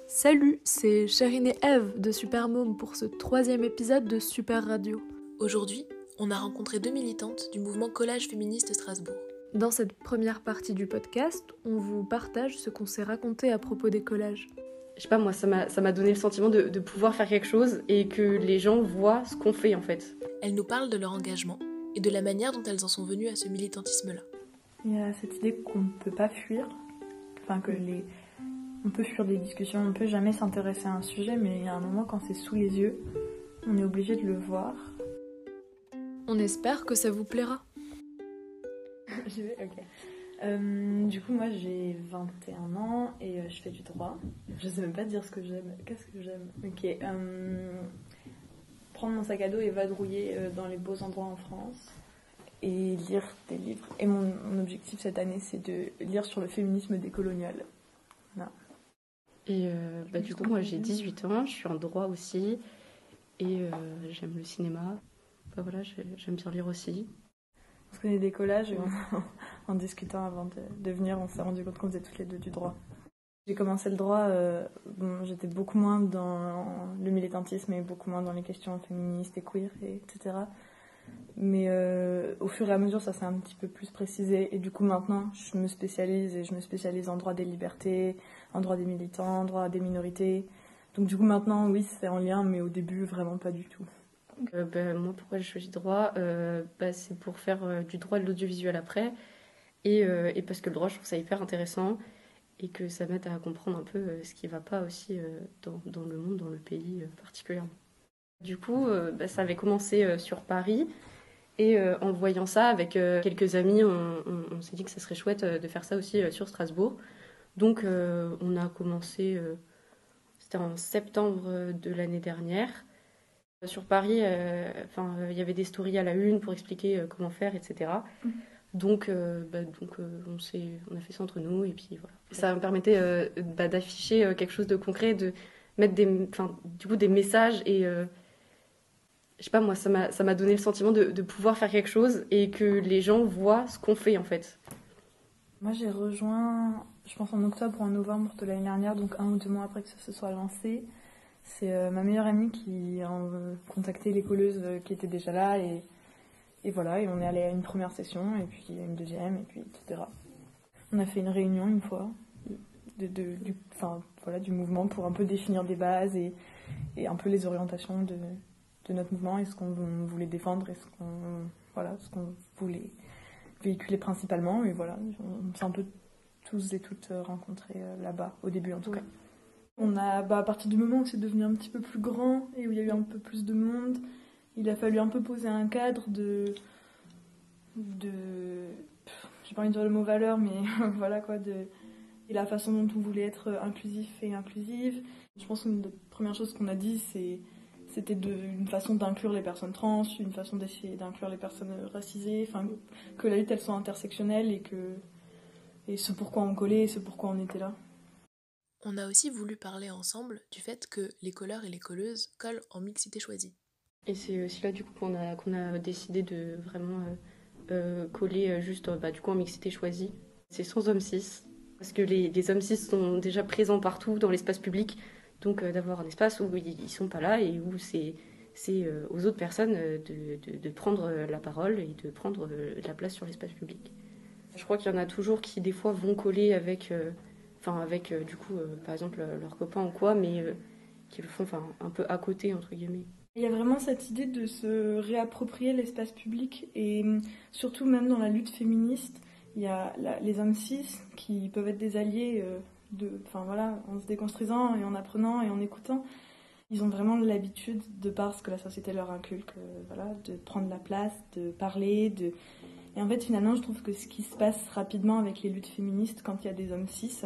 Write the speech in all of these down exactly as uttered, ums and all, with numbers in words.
Salut, c'est Chérine et Eve de Super Môme pour ce troisième épisode de Super Radio. Aujourd'hui, on a rencontré deux militantes du mouvement Collage féministe Strasbourg. Dans cette première partie du podcast, on vous partage ce qu'on s'est raconté à propos des collages. Je sais pas, moi, ça m'a, ça m'a donné le sentiment de, de pouvoir faire quelque chose et que les gens voient ce qu'on fait en fait. Elles nous parlent de leur engagement et de la manière dont elles en sont venues à ce militantisme-là. Il y a cette idée qu'on ne peut pas fuir, enfin que les... on peut fuir des discussions, on ne peut jamais s'intéresser à un sujet, mais il y a un moment quand c'est sous les yeux, on est obligé de le voir. On espère que ça vous plaira. J'y vais, ok. Euh, du coup, moi j'ai vingt et un ans et euh, je fais du droit. Je sais même pas dire ce que j'aime. Qu'est-ce que j'aime? Ok. Euh, prendre mon sac à dos et vadrouiller euh, dans les beaux endroits en France et lire des livres. Et mon, mon objectif cette année, c'est de lire sur le féminisme décolonial. Voilà. Et euh, bah, du coup, moi j'ai dix-huit ans, je suis en droit aussi et euh, j'aime le cinéma. Bah, voilà, j'aime bien lire aussi. On se connaît des collages et en, en discutant avant de, de venir, on s'est rendu compte qu'on faisait toutes les deux du droit. J'ai commencé le droit, euh, bon, j'étais beaucoup moins dans le militantisme et beaucoup moins dans les questions féministes et queer, et, etc. Mais euh, au fur et à mesure, ça s'est un petit peu plus précisé. Et du coup, maintenant, je me spécialise et je me spécialise en droit des libertés, en droit des militants, en droit des minorités. Donc du coup, maintenant, oui, c'est en lien, mais au début, vraiment pas du tout. Euh, bah, moi, pourquoi j'ai choisi droit euh, bah, c'est pour faire euh, du droit de l'audiovisuel après. Et, euh, et parce que le droit, je trouve ça hyper intéressant et que ça m'aide à comprendre un peu euh, ce qui ne va pas aussi euh, dans, dans le monde, dans le pays euh, particulièrement. Du coup, euh, bah, ça avait commencé euh, sur Paris. Et euh, en voyant ça avec euh, quelques amis, on, on, on s'est dit que ça serait chouette euh, de faire ça aussi euh, sur Strasbourg. Donc euh, on a commencé, euh, c'était en septembre de l'année dernière. Sur Paris, euh, enfin, il y avait des stories à la une pour expliquer euh, comment faire, et cetera. Mmh. Donc, euh, bah, donc euh, on, s'est, on a fait ça entre nous et puis voilà. Ça me permettait euh, bah, d'afficher euh, quelque chose de concret, de mettre des, enfin, du coup, des messages et euh, je sais pas, moi, ça m'a, ça m'a donné le sentiment de, de pouvoir faire quelque chose et que les gens voient ce qu'on fait en fait. Moi, j'ai rejoint, je pense en octobre ou en novembre de l'année dernière, donc un ou deux mois après que ça se soit lancé. C'est euh, ma meilleure amie qui a euh, contacté les colleuses euh, qui étaient déjà là et, et voilà, et on est allé à une première session et puis une deuxième et puis et cetera. On a fait une réunion une fois de, de, du, enfin, voilà, du mouvement pour un peu définir des bases et, et un peu les orientations de, de notre mouvement et ce qu'on voulait défendre et ce qu'on, voilà, ce qu'on voulait véhiculer principalement. Et voilà, on s'est un peu tous et toutes rencontrés euh, là-bas, au début en tout cas. On a, bah, à partir du moment où c'est devenu un petit peu plus grand et où il y a eu un peu plus de monde, il a fallu un peu poser un cadre de... de j'ai pas envie de dire le mot valeur, mais voilà quoi, de, et la façon dont on voulait être inclusif et inclusive. Je pense qu'une des premières choses qu'on a dit, c'est, c'était de, une façon d'inclure les personnes trans, une façon d'essayer d'inclure les personnes racisées, enfin, que la lutte elle soit intersectionnelle et, que, et ce pourquoi on collait et ce pourquoi on était là. On a aussi voulu parler ensemble du fait que les colleurs et les colleuses collent en mixité choisie. Et c'est aussi là du coup qu'on a, qu'on a décidé de vraiment euh, euh, coller juste bah, du coup en mixité choisie. C'est sans hommes cis, parce que les, les hommes cis sont déjà présents partout dans l'espace public, donc euh, d'avoir un espace où ils ne sont pas là et où c'est, c'est euh, aux autres personnes de, de, de prendre la parole et de prendre euh, la place sur l'espace public. Je crois qu'il y en a toujours qui des fois vont coller avec... Euh, Enfin, avec, euh, du coup, euh, par exemple, euh, leurs copains ou quoi, mais euh, qui le font un peu à côté, entre guillemets. Il y a vraiment cette idée de se réapproprier l'espace public, et surtout même dans la lutte féministe, il y a la, les hommes cis qui peuvent être des alliés, euh, de, enfin, voilà, en se déconstruisant et en apprenant et en écoutant. Ils ont vraiment l'habitude, de par ce que la société leur inculque, euh, voilà, de prendre la place, de parler, de... Et en fait, finalement, je trouve que ce qui se passe rapidement avec les luttes féministes, quand il y a des hommes cis,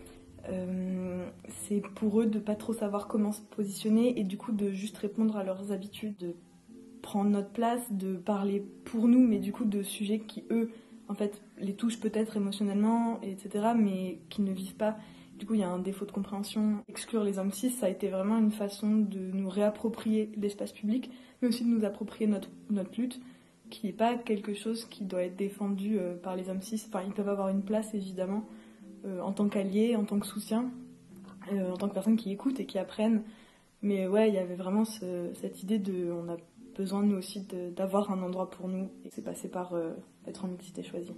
Euh, c'est pour eux de pas trop savoir comment se positionner et du coup de juste répondre à leurs habitudes, de prendre notre place, de parler pour nous, mais du coup de sujets qui eux en fait les touchent peut-être émotionnellement, et cetera, mais qui ne vivent pas. Du coup il y a un défaut de compréhension. Exclure les hommes cis, ça a été vraiment une façon de nous réapproprier l'espace public, mais aussi de nous approprier notre, notre lutte, qui n'est pas quelque chose qui doit être défendu euh, par les hommes cis. Enfin, ils peuvent avoir une place évidemment, Euh, en tant qu'alliés, en tant que soutien, euh, en tant que personnes qui écoutent et qui apprennent. Mais ouais, il y avait vraiment ce, cette idée de, on a besoin nous aussi de, d'avoir un endroit pour nous. Et c'est passé par euh, être en mixité choisie.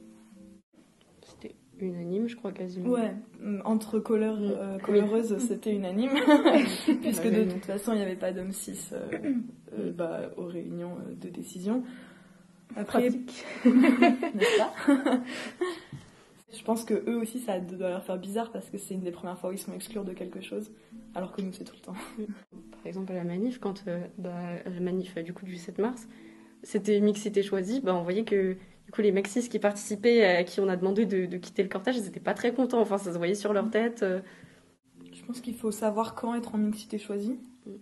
C'était unanime, je crois, quasiment. Ouais, entre couleurs, euh, couleuses, oui. C'était unanime. Puisque de toute façon, il n'y avait pas d'homme cis euh, euh, bah, aux réunions de décision. Après, n'est-ce pas? Je pense que eux aussi, ça doit leur faire bizarre parce que c'est une des premières fois où ils sont exclus de quelque chose, alors que nous, c'est tout le temps. Par exemple, à la manif, quand euh, bah, à la manif du coup du sept mars, c'était mixité choisie, bah, on voyait que du coup les mecs cis qui participaient, à qui on a demandé de, de quitter le cortège, ils n'étaient pas très contents. Enfin, ça se voyait sur leur tête. Euh... Je pense qu'il faut savoir quand être en mixité choisie.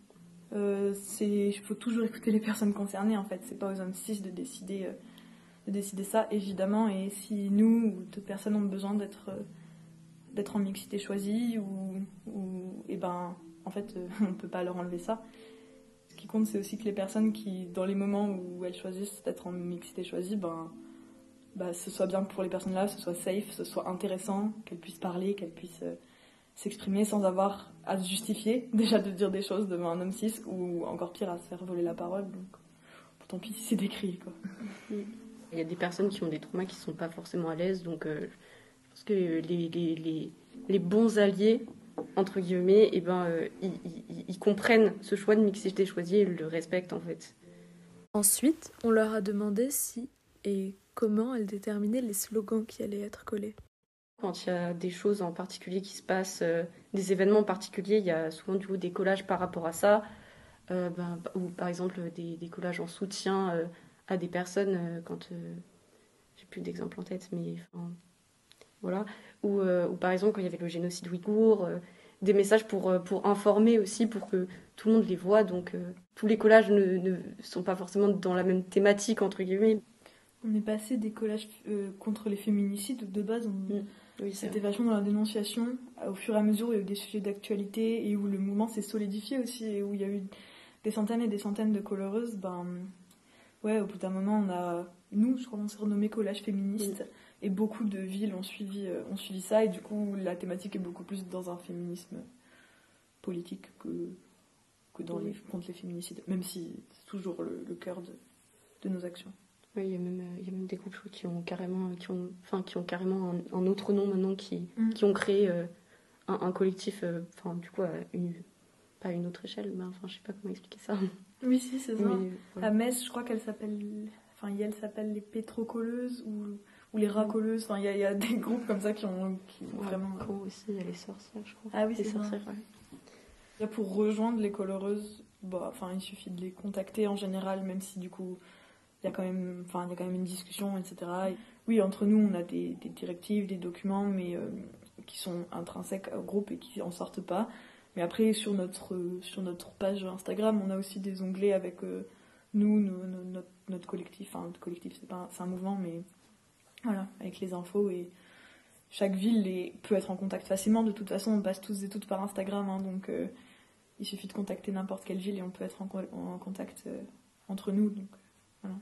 Euh, c'est, il faut toujours écouter les personnes concernées en fait. C'est pas aux hommes cis de décider, euh, de décider ça évidemment. Et si nous ou d'autres personnes ont besoin d'être, euh, d'être en mixité choisie ou, ou et ben en fait euh, on peut pas leur enlever ça. Ce qui compte c'est aussi que les personnes qui dans les moments où elles choisissent d'être en mixité choisie, ben bah, ce soit bien pour les personnes là, ce soit safe, ce soit intéressant, qu'elles puissent parler, qu'elles puissent euh, s'exprimer sans avoir à se justifier, déjà de dire des choses devant un homme cis, ou encore pire, à se faire voler la parole. Donc, tant pis si c'est décrit, quoi. Il y a des personnes qui ont des traumas qui ne sont pas forcément à l'aise, donc euh, je pense que les, les, les, les bons alliés, entre guillemets, eh ben, euh, ils, ils, ils comprennent ce choix de mixité choisie et le respectent, en fait. Ensuite, on leur a demandé si et comment elles déterminaient les slogans qui allaient être collés. Quand il y a des choses en particulier qui se passent, euh, des événements en particulier, il y a souvent du coup, des collages par rapport à ça, euh, ben, ou par exemple des, des collages en soutien euh, à des personnes, euh, quand euh, j'ai plus d'exemples en tête, mais enfin, voilà, ou, euh, ou par exemple quand il y avait le génocide ouïghour, euh, des messages pour, euh, pour informer aussi, pour que tout le monde les voit, donc euh, tous les collages ne, ne sont pas forcément dans la même thématique, entre guillemets. On est passé des collages euh, contre les féminicides, de base on... Mmh. Oui, c'était vachement dans la dénonciation, au fur et à mesure où il y a eu des sujets d'actualité et où le mouvement s'est solidifié aussi, et où il y a eu des centaines et des centaines de coloreuses, ben ouais, au bout d'un moment, on a, nous, je crois qu'on s'est renommé collage féministe, oui. Et beaucoup de villes ont suivi, euh, ont suivi ça, et du coup, la thématique est beaucoup plus dans un féminisme politique que, que dans oui. les, contre les féminicides, même si c'est toujours le, le cœur de, de nos actions. Oui, il y a même, il y a même des groupes qui ont carrément, qui ont, enfin, qui ont carrément un, un autre nom maintenant, qui, mmh. qui ont créé euh, un, un collectif, euh, enfin, du coup, à une, pas à une autre échelle, mais enfin, je sais pas comment expliquer ça. Oui, si, c'est ça. Mais, voilà. À Metz, je crois qu'elle s'appelle, enfin, elle s'appelle les pétrocolleuses ou, ou les racoleuses. Enfin, il y, y a des groupes comme ça qui ont, qui ont ouais, vraiment. Quand aussi, il y a les sorcières, je crois. Ah oui, les c'est sorcières. Ça. Ouais. Pour rejoindre les coloreuses, bah, enfin, il suffit de les contacter en général, même si du coup. Il y a quand même, enfin, il y a quand même une discussion, et cetera. Et oui, entre nous, on a des, des directives, des documents, mais euh, qui sont intrinsèques au groupe et qui en sortent pas. Mais après, sur notre, sur notre page Instagram, on a aussi des onglets avec euh, nous, nous, nous, notre, notre collectif. Enfin, notre collectif, c'est pas, c'est un mouvement, mais voilà, avec les infos. Et chaque ville les, peut être en contact facilement. De toute façon, on passe tous et toutes par Instagram, hein, donc euh, il suffit de contacter n'importe quelle ville et on peut être en, en contact euh, entre nous. Donc. Voilà.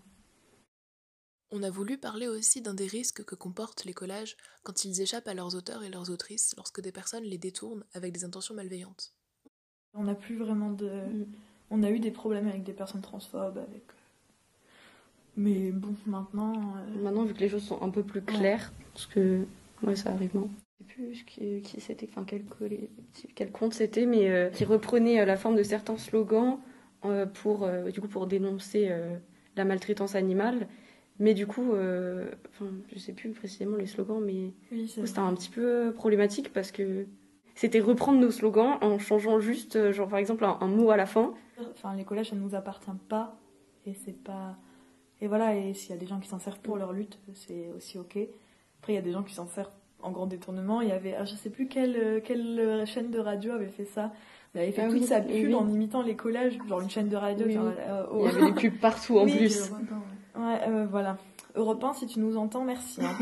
On a voulu parler aussi d'un des risques que comportent les collages quand ils échappent à leurs auteurs et leurs autrices lorsque des personnes les détournent avec des intentions malveillantes. On n'a plus vraiment de... Mmh. On a eu des problèmes avec des personnes transphobes, avec... Mais bon, maintenant... Euh... Maintenant, vu que les choses sont un peu plus claires, ouais. Parce que... Ouais, ça arrive, non. Je sais plus qui, qui c'était, enfin quel, quel compte c'était, mais euh, qui reprenait euh, la forme de certains slogans euh, pour, euh, du coup, pour dénoncer... Euh, la maltraitance animale, mais du coup, euh, enfin, je sais plus précisément les slogans, mais oui, du coup, c'était un petit peu problématique parce que c'était reprendre nos slogans en changeant juste, genre par exemple, un, un mot à la fin. Enfin, les collages, ça ne nous appartient pas, et c'est pas... Et voilà, et s'il y a des gens qui s'en servent pour leur lutte, c'est aussi ok. Après, il y a des gens qui s'en servent en grand détournement. Il y avait, ah, je sais plus quelle, quelle chaîne de radio avait fait ça. Il avait fait ah toute oui, sa pub oui. en imitant les collages, genre une chaîne de radio. Oui, genre, oui. Euh, oh. Il y avait des pubs partout en oui, plus. Ouais, euh, voilà. Europe un, si tu nous entends, merci. Hein.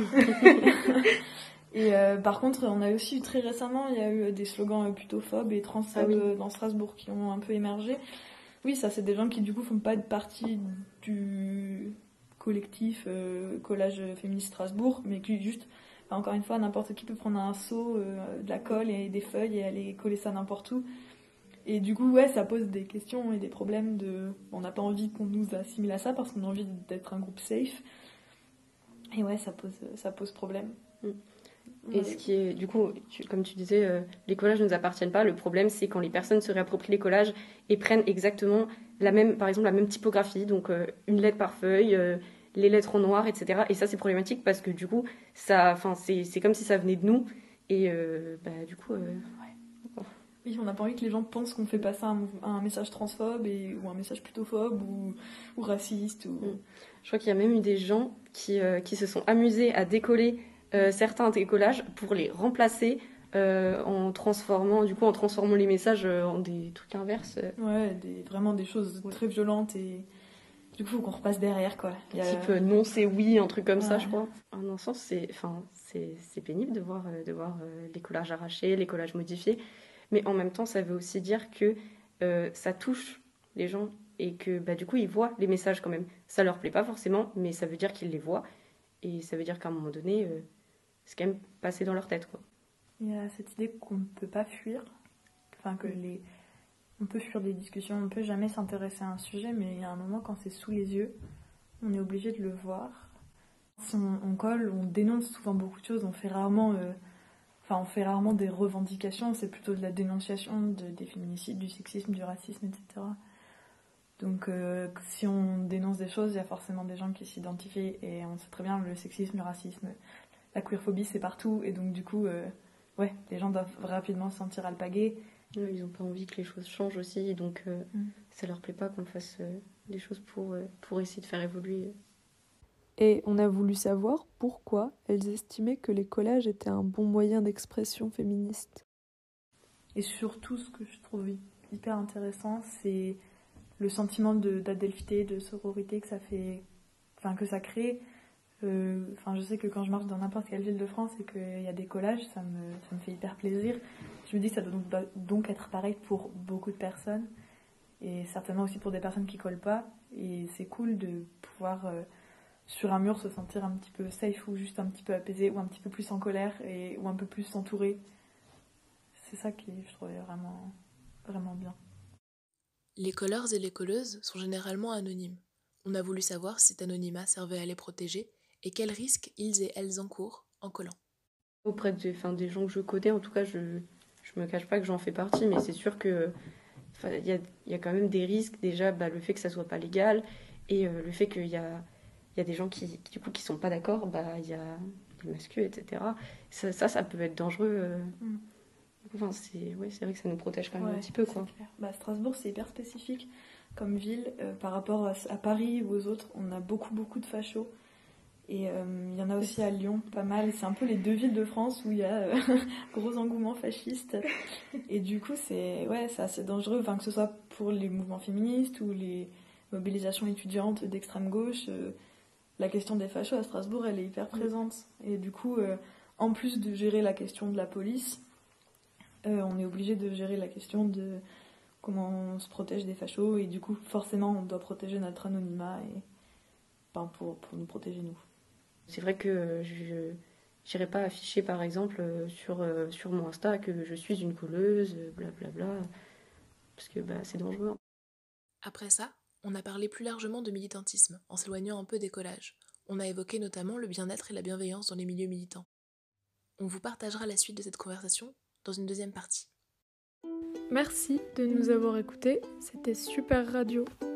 Et euh, par contre, on a aussi eu très récemment, il y a eu des slogans plutôt phobes et transphobes ah oui. dans Strasbourg qui ont un peu émergé. Oui, ça, c'est des gens qui du coup font pas partie du collectif euh, collage féministe Strasbourg, mais qui juste Enfin, encore une fois, n'importe qui peut prendre un seau, euh, de la colle et des feuilles et aller coller ça n'importe où. Et du coup, ouais, ça pose des questions et des problèmes de... On n'a pas envie qu'on nous assimile à ça parce qu'on a envie d'être un groupe safe. Et ouais, ça pose, ça pose problème. Mm. Et ouais. Ce qui est, du coup, tu, comme tu disais, euh, les collages ne nous appartiennent pas. Le problème, c'est quand les personnes se réapproprient les collages et prennent exactement la même, par exemple, la même typographie, donc euh, une lettre par feuille, euh, les lettres en noir, et cetera. Et ça, c'est problématique parce que du coup, ça, c'est, c'est comme si ça venait de nous. Et euh, bah, du coup... Euh, ouais. Oui, on n'a pas envie que les gens pensent qu'on fait passer un, un message transphobe et, ou un message plutophobe ou, ou raciste. Ou... Mm. Je crois qu'il y a même eu des gens qui, euh, qui se sont amusés à décoller euh, certains des collages pour les remplacer euh, en transformant, du coup, en transformant les messages en des trucs inverses. Ouais, des, vraiment des choses ouais. très violentes et du coup, il faut qu'on repasse derrière, quoi. Il y a... Type euh, non, c'est oui, un truc comme ouais. ça, je crois. En un sens, c'est, enfin, c'est, c'est pénible de voir, euh, de voir euh, les collages arrachés, les collages modifiés. Mais en même temps, ça veut aussi dire que euh, ça touche les gens et que bah, du coup, ils voient les messages quand même. Ça leur plaît pas forcément, mais ça veut dire qu'ils les voient. Et ça veut dire qu'à un moment donné, euh, c'est quand même passé dans leur tête, quoi. Il y a cette idée qu'on ne peut pas fuir. Enfin, que les... on peut fuir des discussions, on ne peut jamais s'intéresser à un sujet, mais il y a un moment, quand c'est sous les yeux, on est obligé de le voir. Si on, on colle, on dénonce souvent beaucoup de choses, on fait rarement... Euh... Enfin, on fait rarement des revendications, c'est plutôt de la dénonciation de, des féminicides, du sexisme, du racisme, et cetera. Donc, euh, si on dénonce des choses, il y a forcément des gens qui s'identifient, et on sait très bien le sexisme, le racisme, la queerphobie, c'est partout, et donc du coup, euh, ouais, les gens doivent rapidement se sentir alpagués. Oui, ils n'ont pas envie que les choses changent aussi, et donc euh, mm. ça leur plaît pas qu'on fasse euh, des choses pour, euh, pour essayer de faire évoluer. Et on a voulu savoir pourquoi elles estimaient que les collages étaient un bon moyen d'expression féministe. Et surtout, ce que je trouve hyper intéressant, c'est le sentiment de, d'adelphité, de sororité que ça fait, enfin que ça crée. Euh, enfin, je sais que quand je marche dans n'importe quelle ville de France et qu'il y a des collages, ça me, ça me fait hyper plaisir. Je me dis que ça doit donc, donc être pareil pour beaucoup de personnes et certainement aussi pour des personnes qui collent pas. Et c'est cool de pouvoir euh, sur un mur se sentir un petit peu safe ou juste un petit peu apaisé ou un petit peu plus en colère et, ou un peu plus entouré. C'est ça qui, je trouvais vraiment, vraiment bien. Les colleurs et les colleuses sont généralement anonymes. On a voulu savoir si cet anonymat servait à les protéger et quels risques ils et elles encourent en collant. Auprès des, enfin, des gens que je connais, en tout cas, je je me cache pas que j'en fais partie, mais c'est sûr que il y a, y a quand même des risques. Déjà, bah, le fait que ça soit pas légal et euh, le fait qu'il y a, y a des gens qui, qui, du coup, qui sont pas d'accord, bah, il y a des masculins, et cetera. Ça, ça, ça peut être dangereux. Euh... Mm. Enfin, c'est, ouais, c'est vrai que ça nous protège quand même ouais, un petit peu, quoi. Bah, Strasbourg, c'est hyper spécifique comme ville euh, par rapport à, à Paris ou aux autres. On a beaucoup, beaucoup de fachos. Et il euh, y en a aussi à Lyon, pas mal. C'est un peu les deux villes de France où il y a euh, gros engouement fasciste. Et du coup, c'est, ouais, c'est assez dangereux, enfin, que ce soit pour les mouvements féministes ou les mobilisations étudiantes d'extrême gauche. Euh, la question des fachos à Strasbourg, elle est hyper présente. Et du coup, euh, en plus de gérer la question de la police, euh, on est obligé de gérer la question de comment on se protège des fachos. Et du coup, forcément, on doit protéger notre anonymat et, enfin, pour, pour nous protéger, nous. C'est vrai que je n'irai pas afficher, par exemple, sur, euh, sur mon Insta que je suis une colleuse, blablabla, parce que bah, c'est dangereux. Après ça, on a parlé plus largement de militantisme, en s'éloignant un peu des collages. On a évoqué notamment le bien-être et la bienveillance dans les milieux militants. On vous partagera la suite de cette conversation dans une deuxième partie. Merci de nous avoir écoutés, c'était Super Radio.